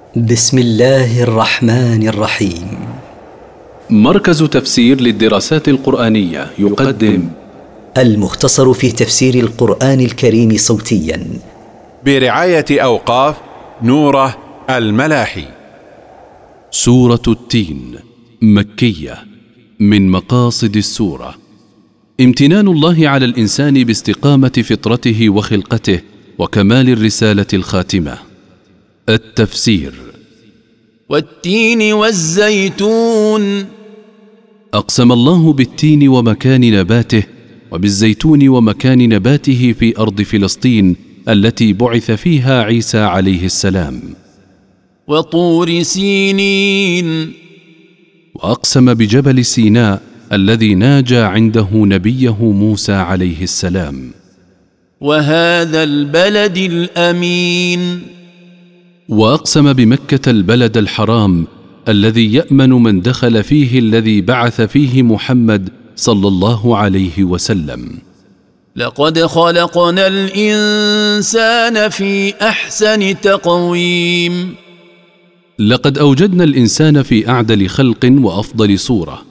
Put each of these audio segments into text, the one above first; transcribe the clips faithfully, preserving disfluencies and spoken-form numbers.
بسم الله الرحمن الرحيم. مركز تفسير للدراسات القرآنية يقدم المختصر في تفسير القرآن الكريم صوتيا برعاية أوقاف نوره الملاحي. سورة التين مكية. من مقاصد السورة امتنان الله على الإنسان باستقامة فطرته وخلقته وكمال الرسالة الخاتمة. التفسير: والتين والزيتون. أقسم الله بالتين ومكان نباته، وبالزيتون ومكان نباته في أرض فلسطين التي بعث فيها عيسى عليه السلام. وطور سينين. وأقسم بجبل سيناء الذي ناجى عنده نبيه موسى عليه السلام. وهذا البلد الأمين. وأقسم بمكة البلد الحرام الذي يأمن من دخل فيه الذي بعث فيه محمد صلى الله عليه وسلم. لقد خلقنا الإنسان في أحسن تقويم. لقد أوجدنا الإنسان في أعدل خلق وأفضل صورة.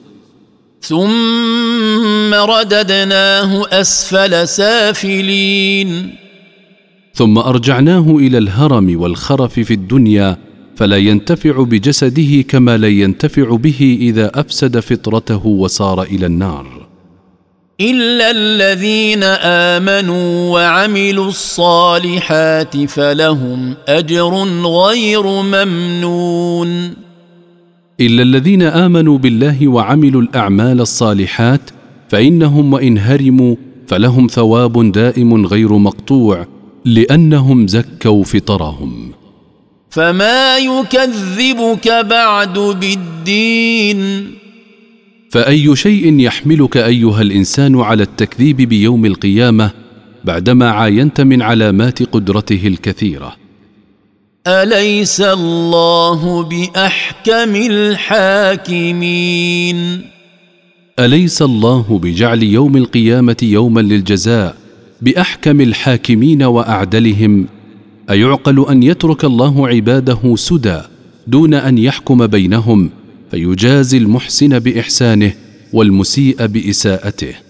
ثم رددناه أسفل سافلين. ثم أرجعناه إلى الهرم والخرف في الدنيا، فلا ينتفع بجسده كما لا ينتفع به إذا أفسد فطرته وصار إلى النار. إلا الذين آمنوا وعملوا الصالحات فلهم أجر غير ممنون. إلا الذين آمنوا بالله وعملوا الأعمال الصالحات فإنهم وإن هرموا فلهم ثواب دائم غير مقطوع، لأنهم زكوا فطرهم. فما يكذبك بعد بالدين. فأي شيء يحملك أيها الإنسان على التكذيب بيوم القيامة بعدما عاينت من علامات قدرته الكثيرة؟ أليس الله بأحكم الحاكمين؟ أليس الله بجعل يوم القيامة يوما للجزاء بأحكم الحاكمين وأعدلهم؟ أيعقل أن يترك الله عباده سدى دون أن يحكم بينهم فيجازي المحسن بإحسانه والمسيء بإساءته؟